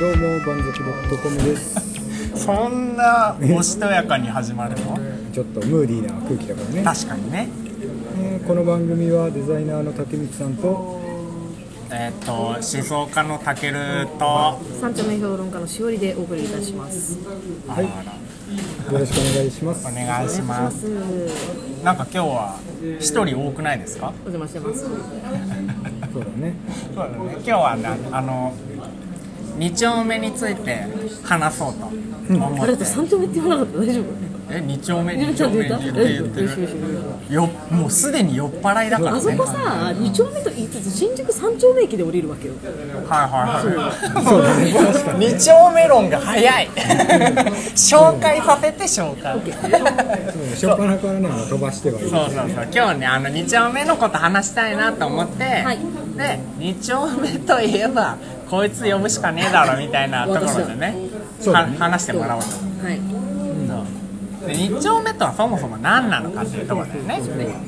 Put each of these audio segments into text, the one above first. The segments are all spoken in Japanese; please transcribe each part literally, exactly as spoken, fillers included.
どうもバンザキ .com です。 そんなおしとやかに始まるの？ ちょっとムーディーな空気だからね。 確かにね。 えーこの番組はデザイナーの竹光さんとえーっと思想家のたけると三丁目評論家のしおりでお送りいたします。 あら、 よろしくお願いします。 お願いします。なんか今日は一人多くないですか？ お邪魔してます。 そうだね。 そうだね。今日はなあの二丁目について話そうと思って。 あれだと三丁目って言わなかった？大丈夫？ え、二丁目二丁目って言って言ってる。よ、もうすでに酔っ払いだからね。 あそこさ、二丁目と言いつつ新宿三丁目駅で降りるわけよ。 はいはいはい。 そうだね。確かに。 二丁目論が早い。紹介させて紹介。 初っ端からね、もう飛ばしてはいい。 そうそうそう。今日ね、あの二丁目のこと話したいなと思って、 はい、で二丁目といえばこいつ呼ぶしかねえだろみたいなところでね、 そうだね話してもらおうと。 はい。 で二丁目とはそもそも何なのかっていうところだよね。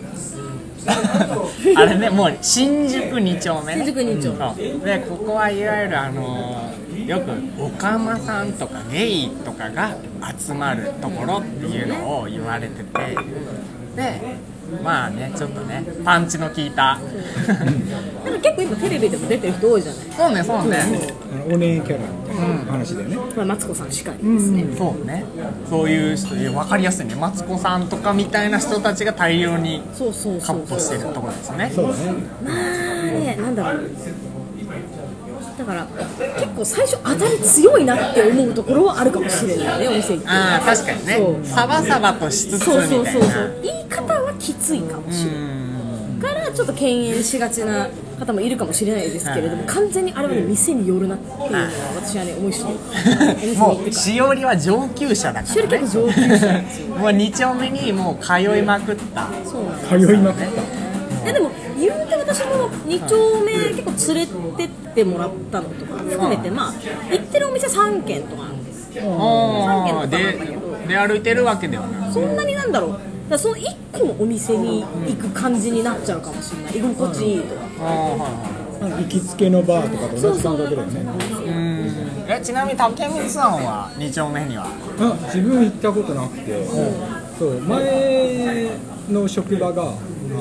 あれね、もう新宿二丁目ね。 新宿二丁目。 そうで、ここはいわゆるあのー、よくオカマさんとかゲイとかが集まるところっていうのを言われてて、で、まあね、ちょっとね、パンチの効いた。 なんか結構今テレビでも出てる人多いじゃない。 そうね、そうね。 あのお姉キャラの話だよね。 まあマツコさんしかりですね。 そうね。そういう人、いや分かりやすいね。マツコさんとかみたいな人たちが大量にそうそうカそうそう。 ッポしてるところですね。 そうだね。 まあね、なんだろう。だから結構最初当たり強いなって思うところはあるかもしれないね、お店行って。 ああ、確かにね。サバサバとしつつみたいな。 そうそうそうそう。言い方はきついかもしれない。からちょっと敬遠しがちな方もいるかもしれないですけれども、完全にあれはね、店によるなっていうのは私はね思い知ってる。 もうしおりは上級者だからね。 しおり結構上級者なんですよ。 もうに丁目にもう通いまくった。 そうなんです。 通いまくった。 いやでも言うて私もに丁目結構連れてってもらったのとか含めて、まあ行ってるお店さんけんとかなんですよ。さんけんとかなんだけど、 で歩いてるわけではない。 そんなになんだろう。だからそのいっこのお店に行く感じになっちゃうかもしれない。居心地いいとか。 ああ、はいはい。 行きつけのバーとかと同じ感覚だよね。 うん。え、ちなみに竹光さんはに丁目には？ あ、自分行ったことなくて、そう前の職場があの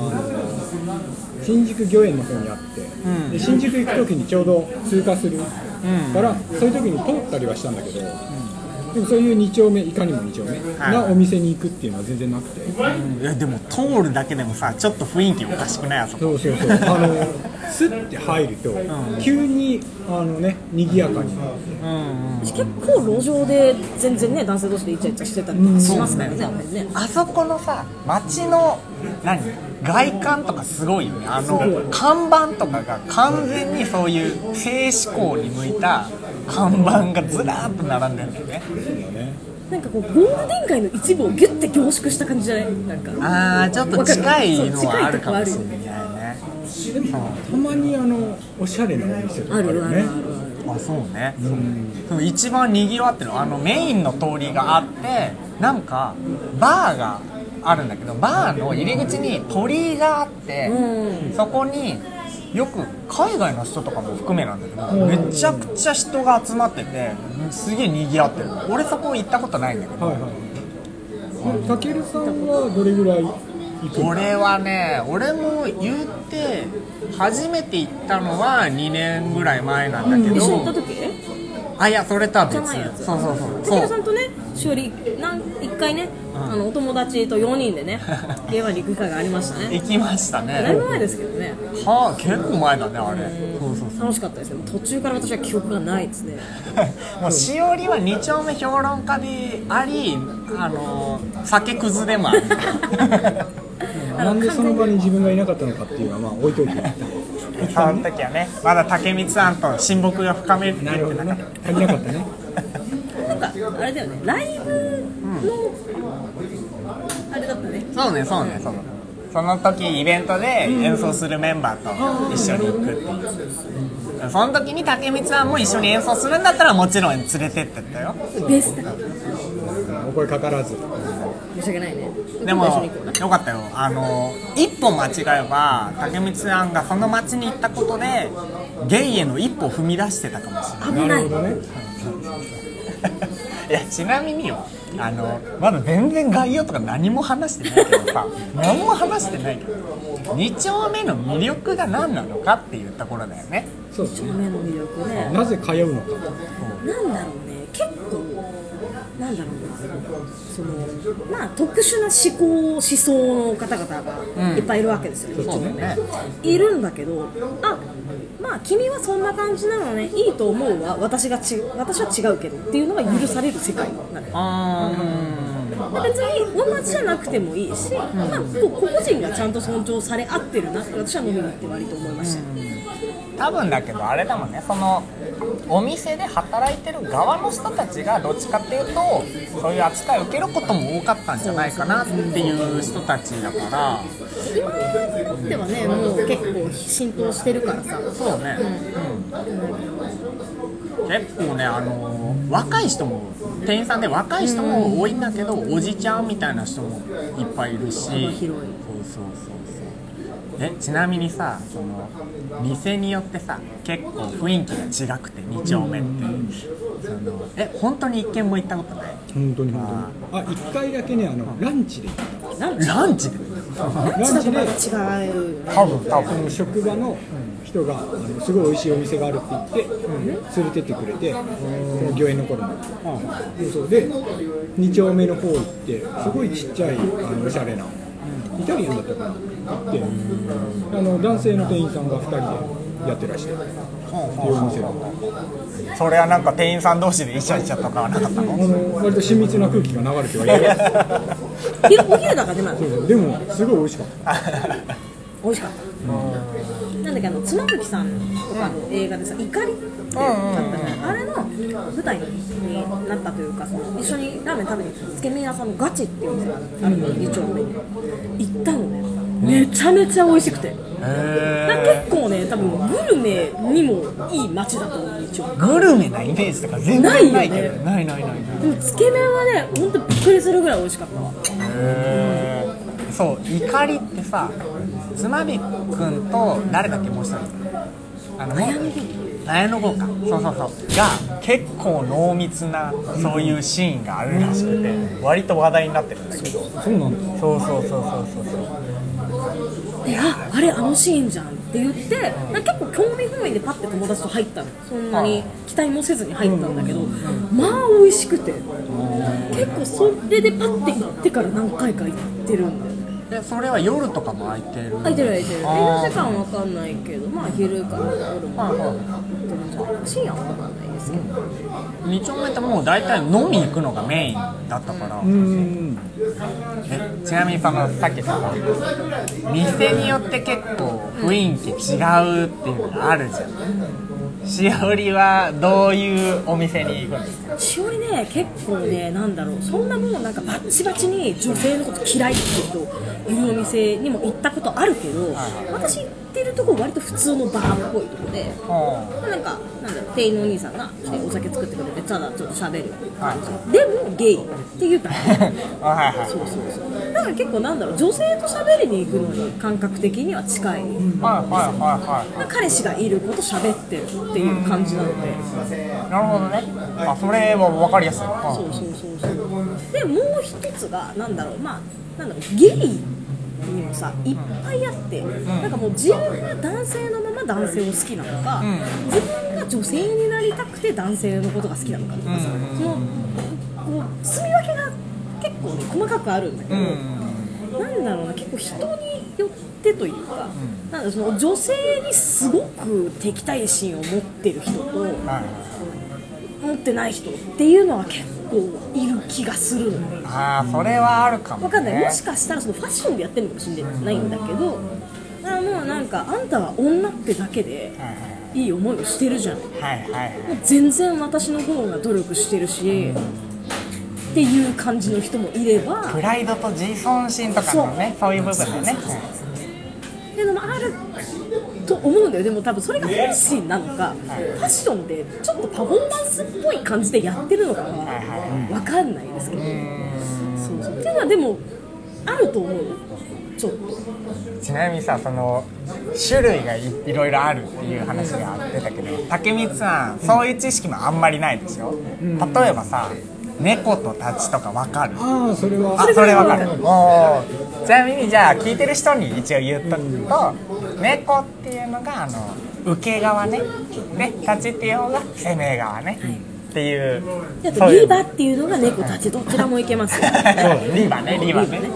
新宿御苑の方にあって、 うん、 で新宿行く時にちょうど通過するから、うん、そういう時に通ったりはしたんだけど、うん、でもそういうに丁目いかにもに丁目なお店に行くっていうのは全然なくて、 うん、いやでも通るだけでもさちょっと雰囲気おかしくない？あそこ。 そうそうそう。あのスッて入ると、うん、急にあのね賑やかになって、 うんうん、結構路上で全然ね男性同士でイチャイチャしてたりとかしますからね。うん、ねあそこのさ街の何外観とかすごいよね。あの看板とかが完全にそういう性思考に向いた看板がずらーっと並んでるんだよね。 なんかこうゴールデン街の一部をギュッて凝縮した感じじゃない？なんかああちょっと近いのはあるかもしれないね。 でもたまにあのおしゃれなお店とかあるよね。 あ、そうね。うん、一番賑わってるあのメインの通りがあってなんかバーがあるんだけどバーの入り口に鳥居があって、うん、そこによく海外の人とかも含めなんだけど、うん、めちゃくちゃ人が集まっててすげえ賑わってる。俺そこ行ったことないんだけど、はいはい、たけるさんはどれぐらい行くの？ 俺はね俺も言って初めて行ったのはにねんぐらい前なんだけど、 うん、一緒に行った時？ あ、いやそれとは別。 そうそうそう。たけるさんとね、しおりなん一回ね、うん、あのお友達とよにんでね、ゲームに行く機会がありましたね。 行きましたね。 だいぶ前ですけどね。 はあ、結構前だねあれ。 そうそうそう。楽しかったですね。途中から私は記憶がないですね。 もうしおりはに丁目評論家であり、あの酒くずでもある。 なんでその場に自分がいなかったのかっていうのはまあ置いといて。 その時はね、まだ竹光さんと親睦が深めるって言ってなかった。 足りなかったね。 なんかあれだよね、ライブの、うん、あれだったね。 そうね、そうね、そうね。その時イベントで演奏するメンバーと一緒に行くっていう、うん、その時に竹光さんも一緒に演奏するんだったらもちろん連れてってったよ。 ベスト。 お声かからず。 申し訳ないね。 でも今度一緒に行こうな。 よかったよ、あの一歩間違えば竹光さんがその町に行ったことでゲイへの一歩を踏み出してたかもしれない。 危ない。 なるほどね。 いやちなみによ、あのまだ全然概要とか何も話してないけどさ何も話してないけどに丁目の魅力が何なのかっていうところだよね。 そうですね。 目の魅力ね。 なぜ通うのか。 なんだろうね、結構なんだろうな、そのまあ特殊な思考思想の方々がいっぱいいるわけですよ、 そうね。 いるんだけど、あ、まあ君はそんな感じなのね、いいと思うわ、私がち私は違うけどっていうのが許される世界なのよ。 あで別に同じじゃなくてもいいし、まあ、こ個々人がちゃんと尊重され合ってるなって私は飲みに行って割と思いましたよ。 多分だけどあれだもんね、そのお店で働いてる側の人たちがどっちかっていうとそういう扱いを受けることも多かったんじゃないかなっていう人たちだから、 今になってはね、もう結構浸透してるからさ。 そうね、うん、結構ね、あのー、若い人も店員さんで若い人も多いんだけど、おじちゃんみたいな人もいっぱいいるし、 幅広い。 そうそうそうそう。えちなみにさ、その店によってさ結構雰囲気が違くてに丁目って、そのえ本当に一軒も行ったことない？ 本当に本当に。あ、一回だけね、あのランチで行っランチランチで？ た。ランチで違うよね。 多分多分その職場の人があのすごい美味しいお店があるって言って、連れてってくれて、その御苑の頃に。で、そうでに丁目の方行ってすごいちっちゃいあのおしゃれなイタリアンだったかな行って、あの男性の店員さんがふたりでやってらして、っていうお店が。 それはなんか店員さん同士でイチャイチャとかはなかったあの？ の割と親密な空気が流れてはいる。 昼お昼だからね、まだそうそう、でもすごい美味しかった。 美味しかった。なんだっけ、あの妻夫木さんとかの映画でさ、怒りってあったじゃない。あれの舞台になったというか、その一緒にラーメン食べに行ったつけ麺屋さんのガチっていうお店があるのに丁目に行ったのね。めちゃめちゃ美味しくて。だから結構ね、多分グルメにもいい街だと思う。一応グルメなイメージとか全然ないけど、ないないないない。 でもつけ麺はね、ほんとびっくりするぐらい美味しかったわ。 へー、そう、怒りってさ、妻夫木くんと誰だっけもう一人、あの綾野剛か、そうそうそうが結構濃密なそういうシーンがあるらしくて、割と話題になってるんだけど、 そうなんだ。 そうそうそうそうそうそう。 で、あ、あれあのシーンじゃんって言って、なんか結構興味本位でパッて友達と入ったの。そんなに期待もせずに入ったんだけど、まあ美味しくて、結構それでパッて行ってから何回か行ってるんだよね。 でそれは夜とかも空いてる？ 空いてる空いてる。営業あー時間は分かんないけど、まあ昼から夜もはいはい行ってるんじゃないか。深夜は分かんないですけど。 に丁目ってもう大体飲み行くのがメインだったから、 うーん。 えちなみにそのさっきさ、店によって結構雰囲気違うっていうのがあるじゃん。しおりはどういうお店に行くんですか？ しおりね、結構ね、なんだろう、そんなもうなんかバッチバチに女性のこと嫌いっていう人いるお店にも行ったことあるけど、私行ってるとこ割と普通のバーっぽいとこで、まあなんかなんだろう、店員のお兄さんが来てお酒作ってくれて、ただちょっと喋る感じ、でもゲイっていうだけ。 あ、はいはい。 そうそうそう。だから結構なんだろう、女性と喋りに行くのに感覚的には近い。 はいはいはいはい。 彼氏がいる子と喋ってるっていう感じなので。 なるほどね。あ、それは分かりやすい。 そうそうそうそう。でもう一つがなんだろう、まあなんだろう、ゲイにもさいっぱいあって、なんかもう自分が男性のまま男性を好きなのか、自分が女性になりたくて男性のことが好きなのかとかさ、そのこう住み分けが結構ね細かくあるんだけど、なんだろうな、結構人によってというか、なんかその女性にすごく敵対心を持ってる人と持ってない人っていうのは結構いる気がするのよ。 ああ、それはあるかも、ね。 わかんない、もしかしたらそのファッションでやってるのかもしれないんだけど、あもうなんかあんたは女ってだけでいい思いをしてるじゃん、 はいはいはい。 もう全然私の方が努力してるし、っていう感じの人もいれば、 プライドと自尊心とかのね、そういう部分だよね。 っていうのもあると思うんだよ。でも多分それが本心なのか、ファッションでちょっとパフォーマンスっぽい感じでやってるのかは分かんないですけど、そうそうっていうのはでもあると思うよちょっと。 ちなみにさ、その種類が い, いろいろあるっていう話が出たけど、竹光さんそういう知識もあんまりないでしょ、うん、例えばさ猫と立ちとかわかる？ ああ、それはあ、それわかる。おちなみにじゃあ聞いてる人に一応言っとくと、うん、猫っていうのがあの受け側ね、で立ちっていうのが攻め側ね、はい、っていう。 そういうリバっていうのが猫立ち、どちらもいけますよリバね、リバね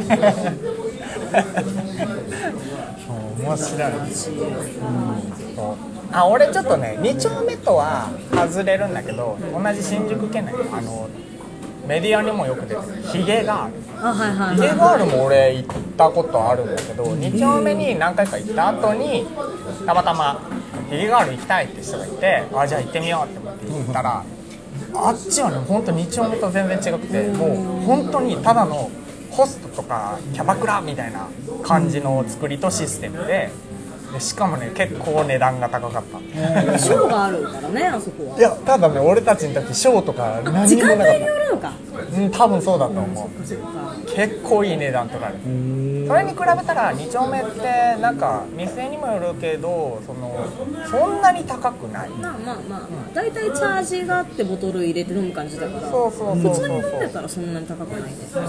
面白い、うん、そうあ俺ちょっとねに丁目とは外れるんだけど、同じ新宿県内あのメディアにもよく出てるヒゲガール、 あ、はいはいはい、 ヒゲガールも俺行ったことあるんだけど、に丁目に何回か行った後にたまたまヒゲガール行きたいって人がいて、あじゃあ行ってみようって思って行ったら、あっちはねほんとに丁目と全然違くて、もう本当にただのホストとかキャバクラみたいな感じの作りとシステムで、でしかもね結構値段が高かった。 ショーがあるからね、あそこは。 いやただね俺たちの時ショーとか何にもなかった。 時間帯によるのか。 うん、多分そうだと思う。結構いい値段とかで、それに比べたらに丁目ってなんか店にもよるけど、そのそんなに高くない。 まあまあまあ、だいたいチャージがあってボトル入れて飲む感じだから、 そうそうそうそう、 普通に飲んでたらそんなに高くないね、うん、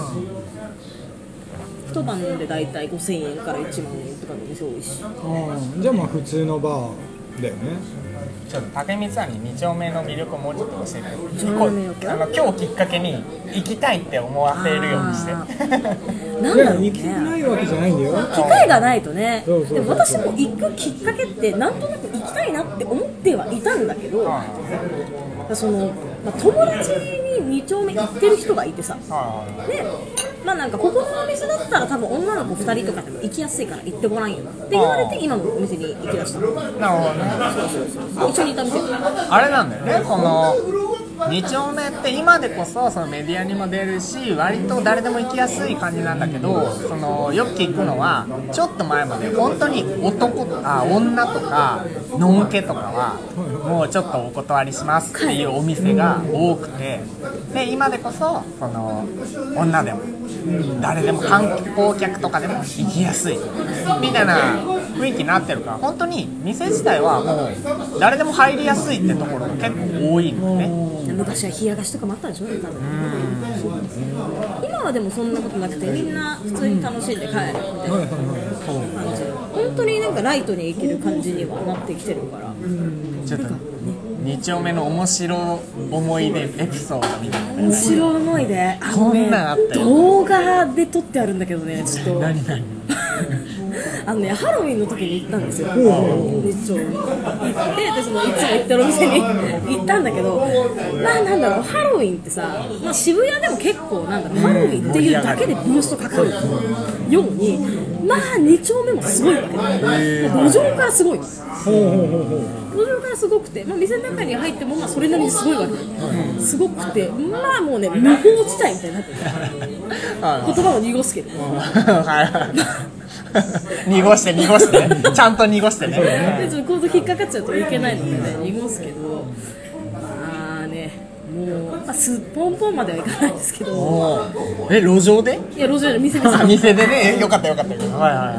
一晩でだいたいごせんえんからいちまんえんとかの店多いし。 あじゃあまあ普通のバーだよね。 ちょっと竹光さんにに丁目の魅力をもうちょっと教えて。 あの今日きっかけに行きたいって思わせるようにして。 なんだろうね。 行きたくないわけじゃないんだよ。 機会がないとね。 そうそうそうそう、 でも私も行くきっかけってなんとなく行きたいなって思ってはいたんだけど、その、まあ、友達にに丁目行ってる人がいてさ、で、まあなんかここのお店だったら多分女の子ふたりとかでも行きやすいから行ってごらんよって言われて今のお店に行きだした。なるほどね。そうそうそう。一緒にいた店。 あれなんだよね、このに丁目って今でこそそのメディアにも出るし割と誰でも行きやすい感じなんだけど、そのよく聞くのはちょっと前まで本当に男あ女とかのんけとかはもうちょっとお断りしますっていうお店が多くて、で今でこそその女でも誰でも観光客とかでも行きやすいみたいな雰囲気になってるから、本当に店自体はもう誰でも入りやすいってところが結構多いのね。 昔は冷や菓子とかもあったでしょ、多分。今はでもそんなことなくてみんな普通に楽しんで帰るみたいな感じ、本当になんかライトに行ける感じにはなってきてるから、 ちょっとに丁目の面白思い出エピソードみたいな。 面白思い出、あこのねんなんあったよ。 動画で撮ってあるんだけどね、ちょっと何何あのね、ハロウィンの時に行ったんですよ。で、ちょ行って、で、そのいつも行ってるお店に行ったんだけど、まあなんだろう、ハロウィンってさ、まあ、渋谷でも結構なんだろう、ハロウィンっていうだけでブーストかかるように、まあに丁目もすごいわけだよ。路上からすごい。路上からすごくて、まあ、店の中に入ってもまあそれなりにすごいわけ、うん、すごくて、まあもうね無法地帯みたいになって言葉を濁すけど濁して濁してねちゃんと濁してねでちょっと今度引っかかっちゃうといけないのでね濁すけど、まあねもう、まあ、すっぽんぽんまではいかないですけど。 え路上で？ いや路上で店で店でね、よかったよかった。はいはい。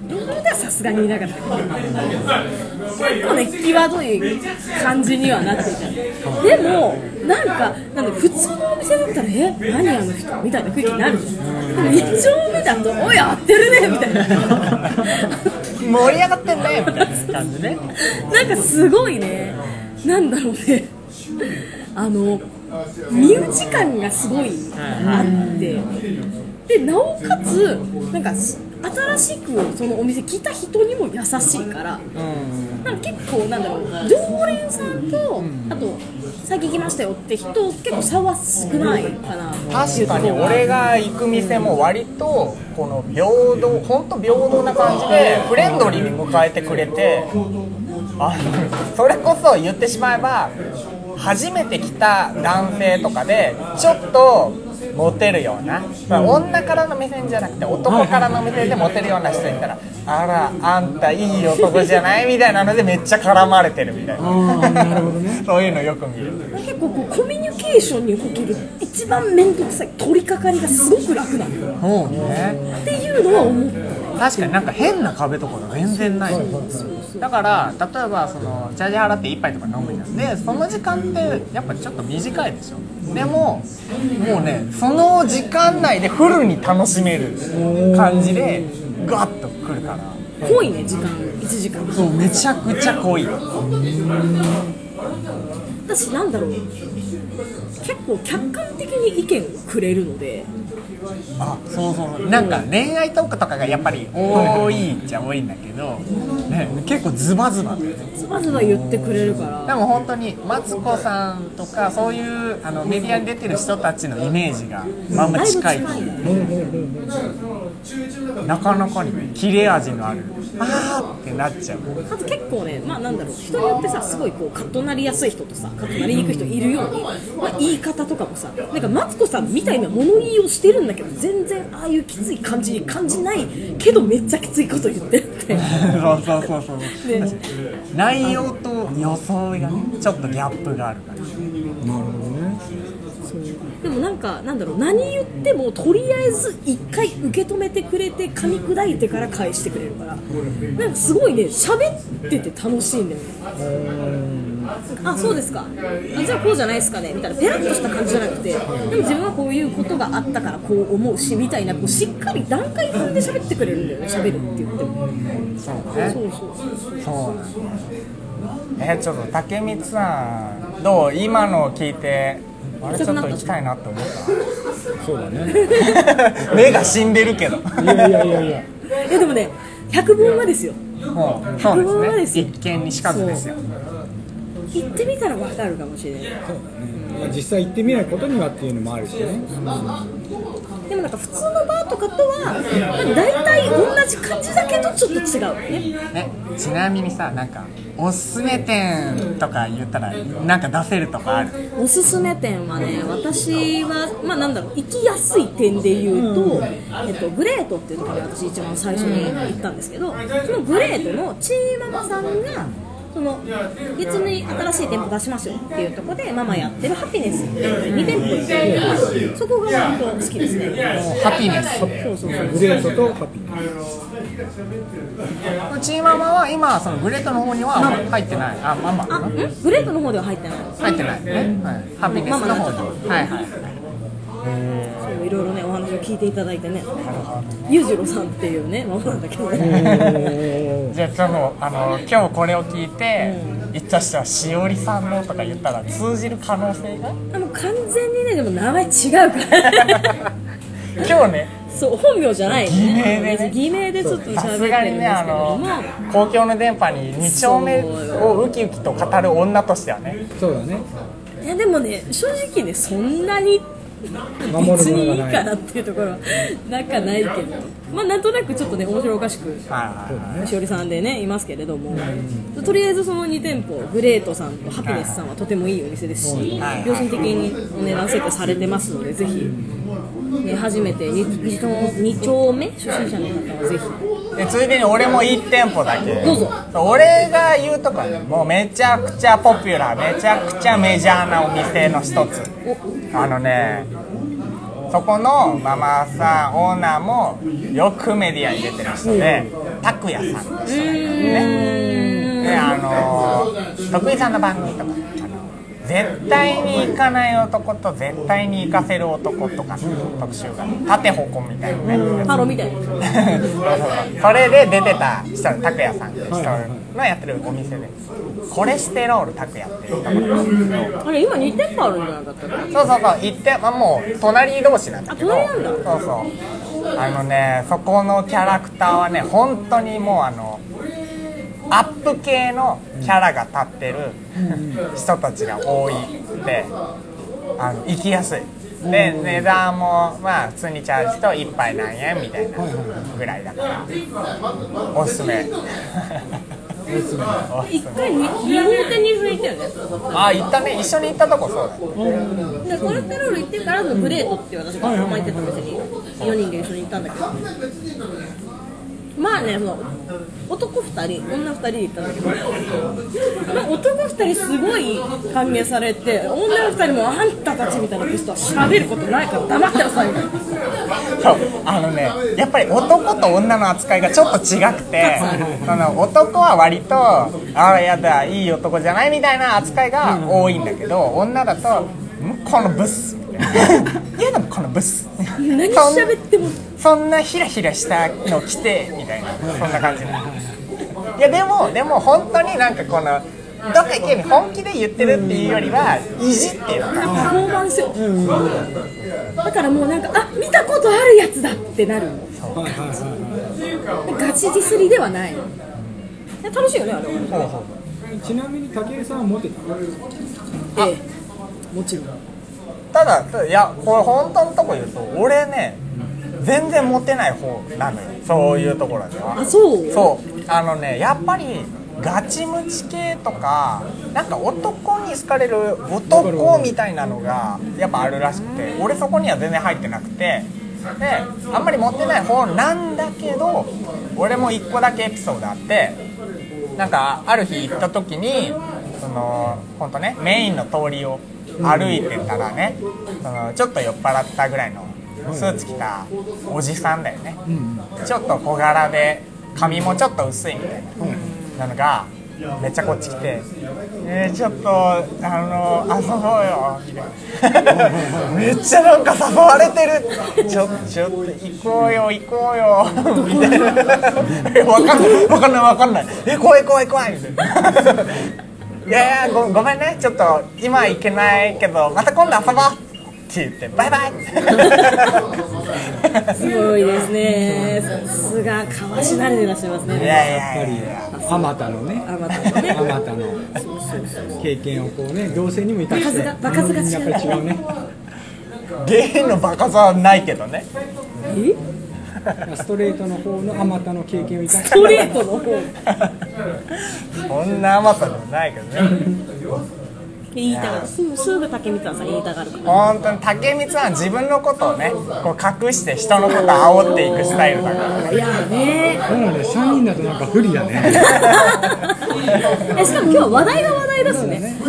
路上ではさすがにいなかったけど結構ね際どい感じにはなっていた。でもなんかなんで普通のお店だったらえ何あの人みたいな雰囲気になるじゃん。に丁目だとおいやってるねみたいな盛り上がってんねみたいな感じね。 なんかすごいね、なんだろうね、あの身内感がすごいあって、でなおかつなんか新しくそのお店来た人にも優しいから、なんか結構なんだろう、常連さんとあと最近来ましたよって人結構差は少ないかな。 確かに俺が行く店も割とこの平等、本当平等な感じでフレンドリーに迎えてくれて、あのそれこそ言ってしまえば初めて来た男性とかでちょっとモテるような、まあ、女からの目線じゃなくて男からの目線でモテるような人いたら、あらあんたいい男じゃないみたいなのでめっちゃ絡まれてるみたいな、 ああなるほどねそういうのよく見る。 結構こうコミュニケーションにおける一番面倒くさい取り掛かりがすごく楽なのよそうね、 っていうのは思った。 確かになんか変な壁とかが全然ない、だから例えばそのチャージ払って一杯とか飲むじゃん。でその時間ってやっぱちょっと短いでしょ。でももうねその時間内でフルに楽しめる感じでガッとくるから、 濃いね時間いちじかん。 そうめちゃくちゃ濃い。 私なんだろう結構客観的に意見をくれるので、 あ、そうそうなんか恋愛トークとかがやっぱり多いっちゃ多いんだけど、ね、結構ズバズバズバズバ言ってくれるから。 でも本当にマツコさんとかそういうあのメディアに出てる人たちのイメージがまんま近いと思う。なかなかに切れ味のあるあーってなっちゃう。 あと結構ね、まあなんだろう人によってさすごいこうカッとなりやすい人とさカッとなりにくい人いるように、まあ、言い方とかもさなんかマツコさんみたいな物言いをしてるんだけど全然ああいうきつい感じに感じないけどめっちゃきついこと言ってるってそうそうそうそう、ね、内容と予想がねちょっとギャップがあるから。 なるほどね。 でもなんかなんだろう何言ってもとりあえず一回受け止めてくれて噛み砕いてから返してくれるからなんかすごいね喋ってて楽しいんだよね。あ、そうですかあじゃあこうじゃないですかねみたいなペラッとした感じじゃなくてでも自分はこういうことがあったからこう思うしみたいなこうしっかり段階踏んで喋ってくれるんだよね喋るって言っても。 そうね、 そうそうそうそうなんだ。えー、ちょっと竹光さんどう今のを聞いてあれちょっと行きたいなって思った。 そうだね。 目が死んでるけど。 いやいやいやいや。 いやでもね百聞はですよ。 もうそうですね。一見にしかずですよ。 行ってみたら分かるかもしれない。 そうだね。まあ実際行ってみないことにはっていうのもあるしね。 でもなんか普通のバーとかとは、まあ、大体同じ感じだけどちょっと違うね。 えちなみにさなんかおすすめ店とか言ったらなんか出せるとかある？ おすすめ店はね私はまあなんだろう行きやすい点で言うと、うんえっと、グレートっていうところに私一番最初に行ったんですけどそのグレートのチーママさんがその別に新しい店舗出しますよっていうところでママやってるハピネスっていうに店舗行ってそこが本当好きですね。 ハピネス。 そうそうそうグレートとハピネス。チーママは今そのグレートの方には入ってない。あママ。 あんグレートの方では入ってない。 入ってないね。はい。ハピネスの方に。はいはい。 そういろいろねお話を聞いていただいてね裕次郎さんっていうねママなんだけどねじゃあちょっとあの今日これを聞いて、うん、言った人はしおりさんのとか言ったら通じる可能性があの完全にねでも名前違うから今日ねそう本名じゃない、ね、 偽名でね偽名でちょっと喋ってるんですけどもさすがにねあの公共の電波にに丁目をウキウキと語る女としてはねそうだね。 いやでもね正直ねそんなに別にいいかなっていうところはなんかないけどまあなんとなくちょっとね面白おかしくしおりさんでねいますけれどもとりあえずそのに店舗グレートさんとハピネスさんはとてもいいお店ですし良心的にお値段設定されてますのでぜひ、ね、初めて 2, に丁目初心者の方はぜひでついでに俺もいち店舗だけどうぞ俺が言うとこはねもうめちゃくちゃポピュラーめちゃくちゃメジャーなお店の一つあのねそこのママさんオーナーもよくメディアに出てる人で拓也さんの人なんだよねであの徳井さんの番組とか絶対に行かない男と絶対に行かせる男とかの特集が縦方向みたいなねハロみたいなそれで出てた人拓也さんっていう人のやってるお店でコレステロール拓也っていうところなんですけどあれ今に店舗あるんじゃなかったっけそうそうそう行って、まあ、もう隣同士なんだけどあ隣なんだそうそうあのねそこのキャラクターはね本当にもうあのアップ系のキャラが立ってる人たちが多いってあの行きやすいで値段もまあ普通にチャージといっぱい何円みたいなぐらいだからおすすめ一回に日本店に行ったよね。 あ、行ったね、一緒に行ったとこそうだ。 でコレステロール行ってからのグレートっていう私が前行ってたお店によにんで一緒に行ったんだけど、まあね、その男ふたり女ふたりで行ったんだけど、まあ、男ふたりすごい歓迎されて、女ふたりもあんたたちみたいなゲストは喋ることないから黙ってなさいみたいな。 そう、あのね、やっぱり男と女の扱いがちょっと違くて、その男は割とああやだいい男じゃないみたいな扱いが多いんだけど、女だとんこのブスみたいな、いやでもこのブス何喋ってもそんなヒラヒラしたの着てみたいな、そんな感じ。いやでもでも本当になんかこのどっか行けに本気で言ってるっていうよりはいじってる感パフォーマンスよ。だからもうなんかあ見たことあるやつだってなる。ガチディスりではない。楽しいよねあれは。 ちなみに武井さんはモテた？ ええ、もちろん。 ただただいやこれ本当のとこ言うと俺ね全然モテない方なのよ、そういうところでは。 あ、そうそうあのねやっぱりガチムチ系とかなんか男に好かれる男みたいなのがやっぱあるらしくて、俺そこには全然入ってなくて、であんまりモテない方なんだけど、俺もいっこだけエピソードあって、なんかある日行った時にその本当ねメインの通りを歩いてたらね、そのちょっと酔っ払ったぐらいのスーツ着たおじさんだよね、ちょっと小柄で髪もちょっと薄いみたいなのがめっちゃこっち来て「えー、ちょっとあの遊ぼうよ」みたいなめっちゃなんか誘われてる、ちょちょっと行こうよ行こうよみたいなえわかんないわかんないわかんないえ怖い怖い怖いみたいないやいや ご, ごめんねちょっと今行けないけどまた今度遊ぼうって言ってバイバイすごいですね。さすがかわし慣れてらっしゃいますね。 いやいやいやいやあまたのね、 あまたねあまたの経験をこうね同性にも生かして、 場数が場数が違うやっぱ違うね。 ゲイのバカさはないけどね。 えストレートの方のあまたの経験を生かしてストレートの方そんな甘さでもないけどね。 言いたがる。すぐすぐ竹光さん言いたがるから。 本当に竹光は自分のことをねこう隠して人のことを煽っていくスタイルだから。 いやね。 なのでさんにんだとなんか不利だね。 えしかも今日は話題が話題だしね。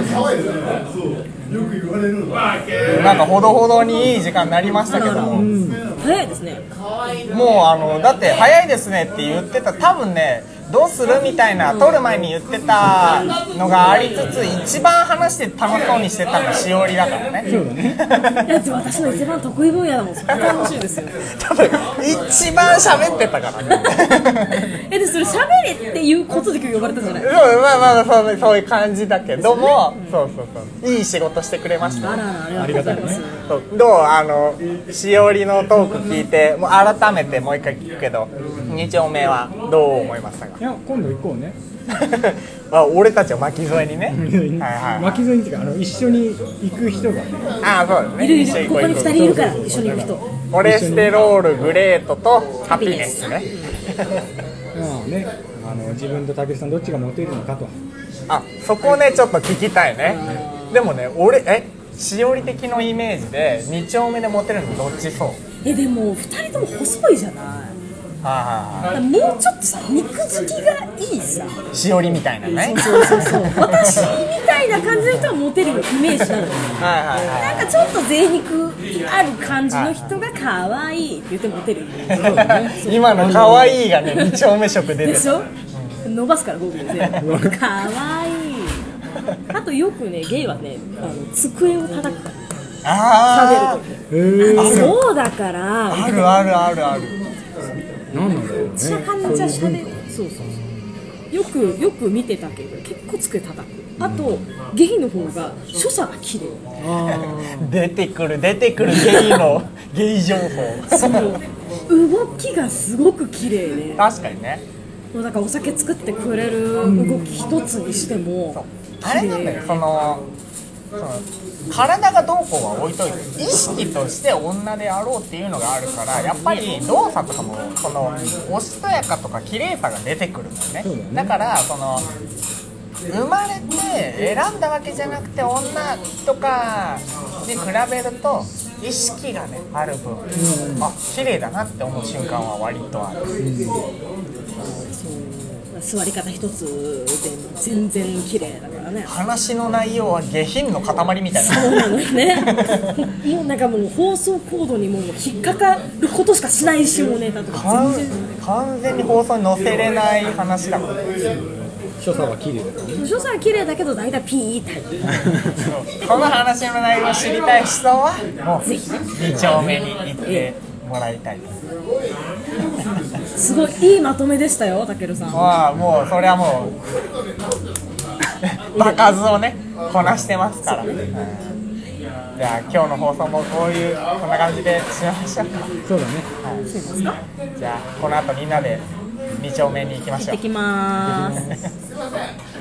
なんかほどほどにいい時間になりましたけども、 早いですね。 もうあのだって早いですねって言ってた、多分ねどうするみたいな撮る前に言ってたのがありつつ一番話して楽しそうにしてたのはしおりだからね。 そうだね。 いや私の一番得意分野だもん。それ楽しいですよ。 多分一番喋ってたからね。 えでそれ喋れっていうことで今日呼ばれたんじゃない？ そうまあまあそうそういう感じだけども、そうそうそういい仕事してくれました。 あららありがとうございます。 そうどうあのしおりのトーク聞いてもう改めてもう一回聞くけどに丁目はどう思いましたか？ いや今度行こうね。 あ俺たちは巻き添えにね。はいはい。 巻き添えにっていうかあの一緒に行く人がね。 あそうですね。 いるい一緒るここに二人いるから一緒にいる人。 コレステロールグレートとハピネスね。 まあね、あの自分と武さんどっちがモテるのかと。 あそこねちょっと聞きたいね。でもね俺えしおり的のイメージでに丁目でモテるのどっちそう？ えでも二人とも細いじゃない。 はいはいはい。 もうちょっとさ肉付きがいいさ。 しおりみたいなね。 そうそうそう。私みたいな感じの人はモテるイメージなのよ。 はいはいはい。 なんかちょっと贅肉ある感じの人が可愛いって言ってモテる。 今の可愛いがねに丁目色出てる。 でしょ？伸ばすからゴーグルで。可愛い。あとよくねゲイはねあの机を叩くから。 あ喋ると。そうだから。 ああるあるあるある。 なんなんだろうね。 めちゃくちゃ喋る。そうそうそう。よくよく見てたけど結構机叩く。あとゲイの方が所作が綺麗。 出てくる出てくるゲイのゲイ情報。 そう動きがすごく綺麗で。 確かにね。 もうだからお酒作ってくれる動き一つにしてもあれなんだよそのその体がどうこうは置いといて意識として女であろうっていうのがあるからやっぱり動作とかもそのおしとやかとか綺麗さが出てくるのよね。 そうだねだからその生まれて選んだわけじゃなくて女とかに比べると意識がねある分、うん、あ綺麗だなって思う瞬間は割とある、うん、 そう座り方一つで全然綺麗だからね。 話の内容は下品の塊みたいな。 そうなのよねもうなんかもう放送コードにもう引っかかることしかしない下ネタとか全然完全に放送に載せれない話だもん所作は綺麗だからね。 所作は綺麗だけど大体ピータイプこの話の内容を知りたい人はもうに丁目に行ってもらいたいすごいいいまとめでしたよ、たけるさん。 まあもうそれはもう場数をねこなしてますから、うん、じゃあ今日の放送もこういうこんな感じでしましょうか。 そうだね、 はい、そうですか。 じゃあこの後みんなでに丁目に行きましょう。 行ってきまーす